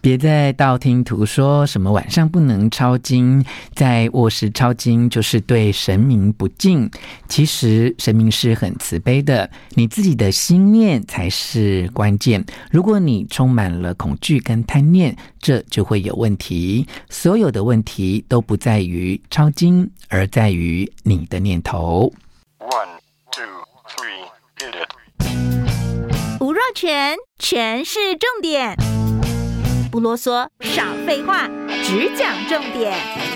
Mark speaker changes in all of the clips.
Speaker 1: 别再道听途说什么晚上不能抄经，在卧室抄经就是对神明不敬。其实神明是很慈悲的，你自己的心念才是关键。如果你充满了恐惧跟贪念，这就会有问题。所有的问题都不在于抄经，而在于你的念头。
Speaker 2: One, two, three, hit it.
Speaker 3: 吴若权，权是重点，不啰嗦，少废话，只讲重点。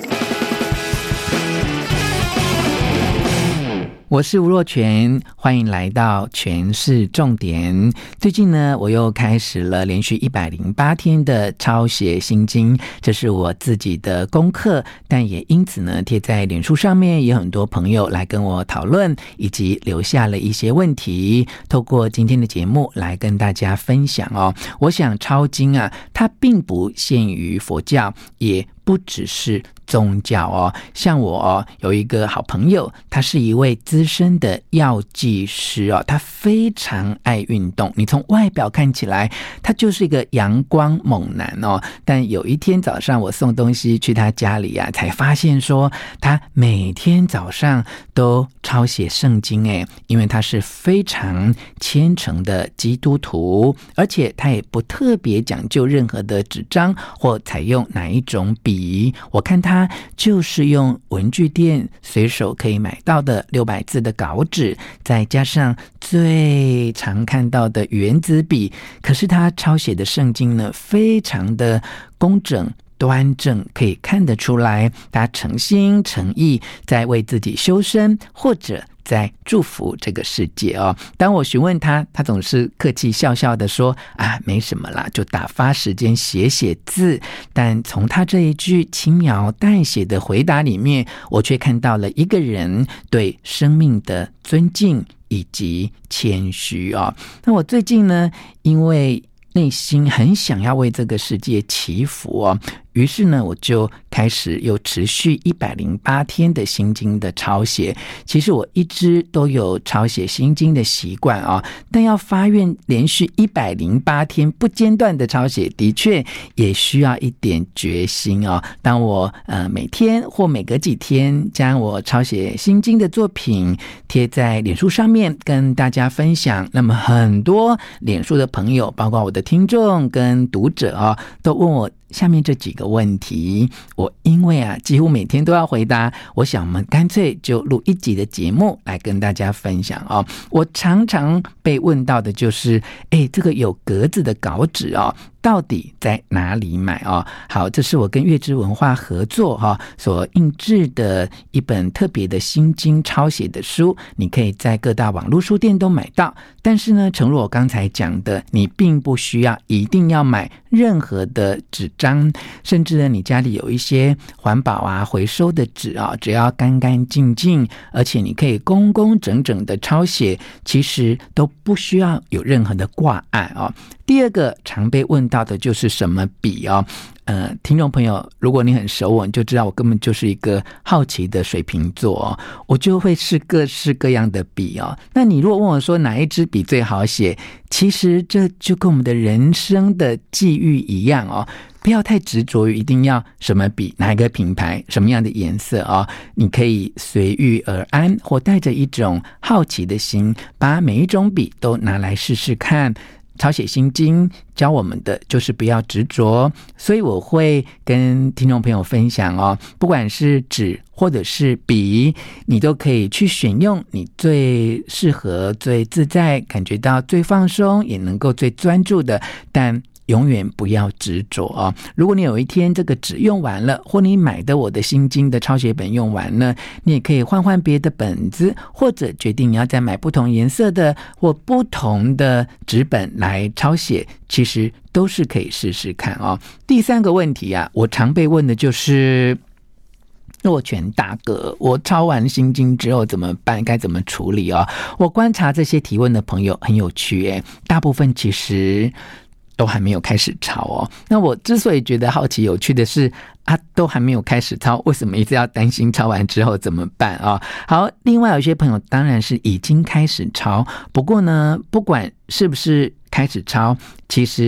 Speaker 1: 我是吴若权，欢迎来到权是重点。最近呢，我又开始了连续108天的抄写心经，这是我自己的功课，但也因此呢，贴在脸书上面，也有很多朋友来跟我讨论，以及留下了一些问题，透过今天的节目来跟大家分享哦。我想抄经啊，它并不限于佛教，也不只是宗教哦。像我哦，有一个好朋友，他是一位资深的药剂师哦，他非常爱运动，你从外表看起来他就是一个阳光猛男哦。但有一天早上我送东西去他家里啊，才发现说他每天早上都抄写圣经诶，因为他是非常虔诚的基督徒，而且他也不特别讲究任何的纸张或采用哪一种笔，我看他就是用文具店随手可以买到的600字的稿纸，再加上最常看到的原子笔，可是他抄写的圣经呢，非常的工整端正，可以看得出来他诚心诚意在为自己修身，或者在祝福这个世界哦。当我询问他，他总是客气笑笑的说啊，没什么啦，就打发时间写写字。但从他这一句轻描淡写的回答里面，我却看到了一个人对生命的尊敬以及谦虚哦。那我最近呢，因为内心很想要为这个世界祈福哦，于是呢，我就开始又持续108天的心经的抄写。其实我一直都有抄写心经的习惯啊，但要发愿连续108天不间断的抄写，的确也需要一点决心哦。当我每天或每隔几天将我抄写心经的作品贴在脸书上面跟大家分享，那么很多脸书的朋友，包括我的听众跟读者啊，都问我下面这几个问题。我因为啊几乎每天都要回答，我想我们干脆就录一集的节目来跟大家分享哦。我常常被问到的就是这个有格子的稿纸哦，到底在哪里买哦？好，这是我跟月之文化合作所印制的一本特别的心经抄写的书，你可以在各大网络书店都买到。但是呢，诚如我刚才讲的，你并不需要一定要买任何的纸张，甚至呢，你家里有一些环保啊回收的纸啊，只要干干净净，而且你可以工工整整的抄写，其实都不需要有任何的挂碍哦。第二个常被问到的就是什么笔哦。听众朋友，如果你很熟我，你就知道我根本就是一个好奇的水瓶座哦，我就会试各式各样的笔哦。那你如果问我说哪一支笔最好写，其实这就跟我们的人生的际遇一样哦，不要太执着于一定要什么笔，哪一个品牌，什么样的颜色哦，你可以随遇而安，或带着一种好奇的心，把每一种笔都拿来试试看。抄写心经教我们的就是不要执着，所以我会跟听众朋友分享哦，不管是纸或者是笔，你都可以去选用你最适合、最自在、感觉到最放松，也能够最专注的，但永远不要执着哦。如果你有一天这个纸用完了，或你买的我的心经的抄写本用完了，你也可以换换别的本子，或者决定你要再买不同颜色的或不同的纸本来抄写，其实都是可以试试看哦。第三个问题啊，我常被问的就是若权大哥，我抄完心经之后怎么办？该怎么处理哦？我观察这些提问的朋友很有趣耶，大部分其实都还没有开始抄哦。那我之所以觉得好奇有趣的是都还没有开始抄，为什么一直要担心抄完之后怎么办啊？好，另外有些朋友当然是已经开始抄，不过呢，不管是不是开始抄，其实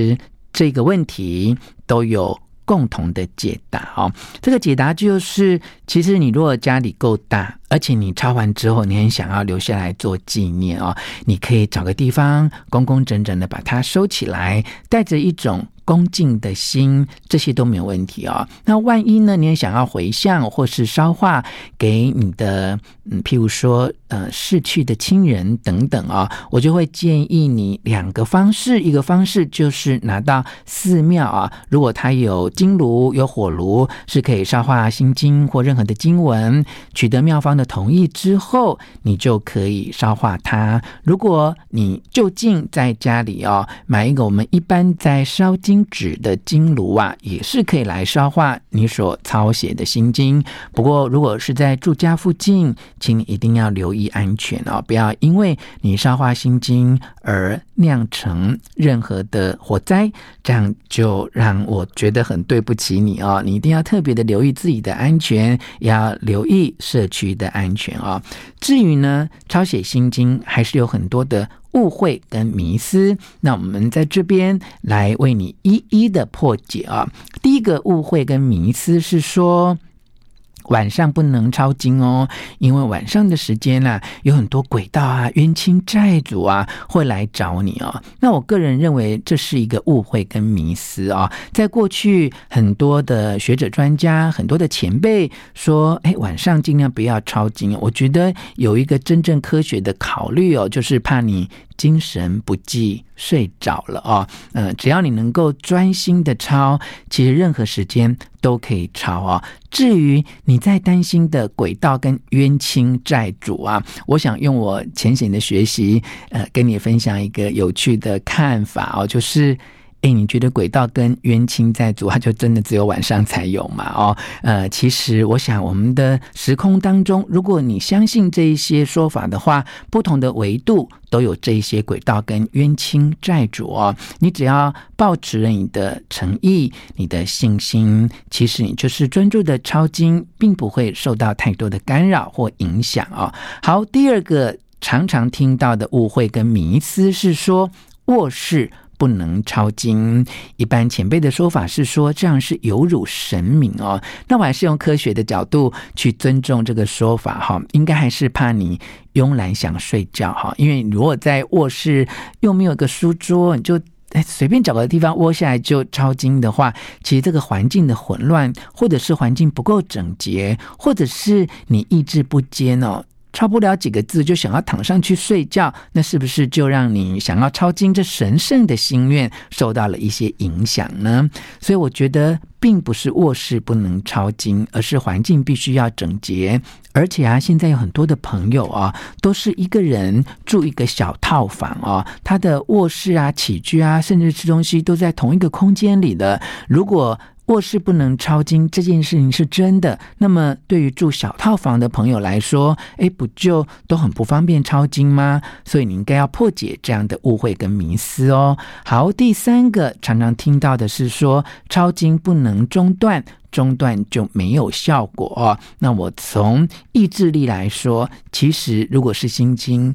Speaker 1: 这个问题都有共同的解答哦。这个解答就是，其实你如果家里够大，而且你抄完之后你很想要留下来做纪念哦，你可以找个地方工工整整的把它收起来，带着一种恭敬的心，这些都没有问题哦。那万一呢，你也想要回向或是烧化给你的譬如说逝去的亲人等等哦，我就会建议你2个方式。一个方式就是拿到寺庙啊，如果它有金炉有火炉，是可以烧化心经或任何的经文，取得庙方的同意之后，你就可以烧化它。如果你就近在家里买一个我们一般在烧经纸的经炉啊，也是可以来烧化你所抄写的心经。不过如果是在住家附近，请你一定要留意安全不要因为你烧化心经而酿成任何的火灾，这样就让我觉得很对不起你你一定要特别的留意自己的安全，也要留意社区的安全至于呢，抄写心经还是有很多的误会跟迷思，那我们在这边来为你一一的破解第一个误会跟迷思是说，晚上不能抄经因为晚上的时间有很多鬼道冤亲债主会来找你那我个人认为这是一个误会跟迷思在过去很多的学者专家，很多的前辈说晚上尽量不要抄经，我觉得有一个真正科学的考虑就是怕你精神不济睡着了只要你能够专心的抄，其实任何时间都可以抄至于你在担心的鬼道跟冤亲债主我想用我浅显的学习跟你分享一个有趣的看法就是你觉得鬼道跟冤亲债主它就真的只有晚上才有吗？其实我想我们的时空当中，如果你相信这一些说法的话，不同的维度都有这一些鬼道跟冤亲债主你只要抱持了你的诚意，你的信心，其实你就是专注的抄经，并不会受到太多的干扰或影响好，第二个常常听到的误会跟迷思是说，卧室不能抄经，一般前辈的说法是说这样是有辱神明那我还是用科学的角度去尊重这个说法应该还是怕你慵懒想睡觉因为如果在卧室又没有一个书桌，你就随便找个地方窝下来就抄经的话，其实这个环境的混乱，或者是环境不够整洁，或者是你意志不坚抄不了几个字就想要躺上去睡觉，那是不是就让你想要抄经这神圣的心愿受到了一些影响呢？所以我觉得并不是卧室不能抄经，而是环境必须要整洁。而且现在有很多的朋友都是一个人住一个小套房他的卧室起居甚至吃东西都在同一个空间里的。如果卧室不能抄经这件事情是真的，那么对于住小套房的朋友来说不就都很不方便抄经吗？所以你应该要破解这样的误会跟迷思好，第三个常常听到的是说，抄经不能中断，中断就没有效果那我从意志力来说，其实如果是心经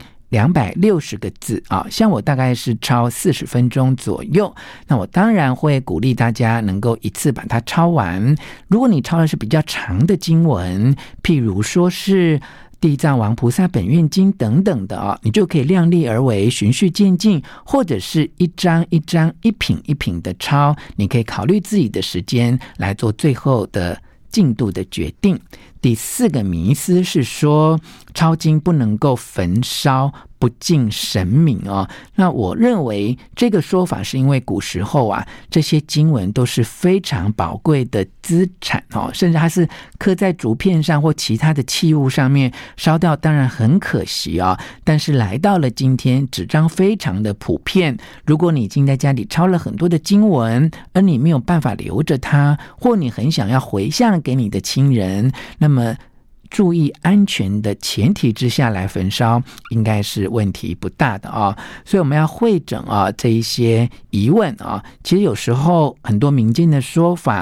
Speaker 1: 260个字像我大概是抄40分钟左右，那我当然会鼓励大家能够一次把它抄完。如果你抄的是比较长的经文，譬如说是地藏王菩萨本愿经等等的你就可以量力而为，循序渐进，或者是一章一章一品一品的抄，你可以考虑自己的时间来做最后的进度的决定。第4个迷思是说，抄经不能够焚烧，不敬神明那我认为这个说法是因为古时候这些经文都是非常宝贵的资产甚至它是刻在竹片上或其他的器物上面，烧掉当然很可惜但是来到了今天，纸张非常的普遍，如果你已经在家里抄了很多的经文，而你没有办法留着它，或你很想要回向给你的亲人，那么注意安全的前提之下来焚烧，应该是问题不大的所以我们要汇整这一些疑问其实有时候很多民间的说法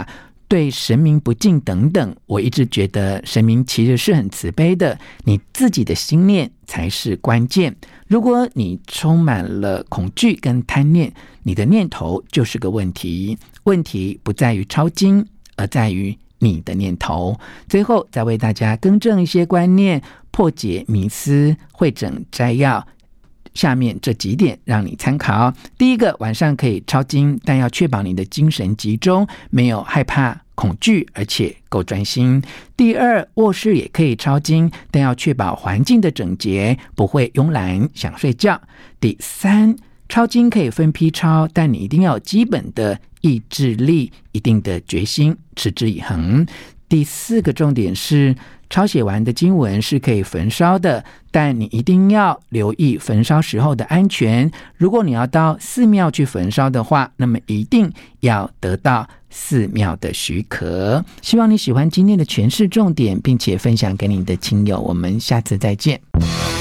Speaker 1: 对神明不敬等等，我一直觉得神明其实是很慈悲的，你自己的心念才是关键。如果你充满了恐惧跟贪念，你的念头就是个问题。问题不在于抄经，而在于你的念头。最后再为大家更正一些观念，破解迷思，汇整摘要。下面这几点让你参考。第一个，晚上可以抄经，但要确保你的精神集中，没有害怕恐惧，而且够专心。第二，卧室也可以抄经，但要确保环境的整洁，不会慵懒想睡觉。第三，抄经可以分批抄，但你一定要有基本的意志力，一定的决心，持之以恒。第四个重点是，抄写完的经文是可以焚烧的，但你一定要留意焚烧时候的安全。如果你要到寺庙去焚烧的话，那么一定要得到寺庙的许可。希望你喜欢今天的诠释重点，并且分享给你的亲友。我们下次再见。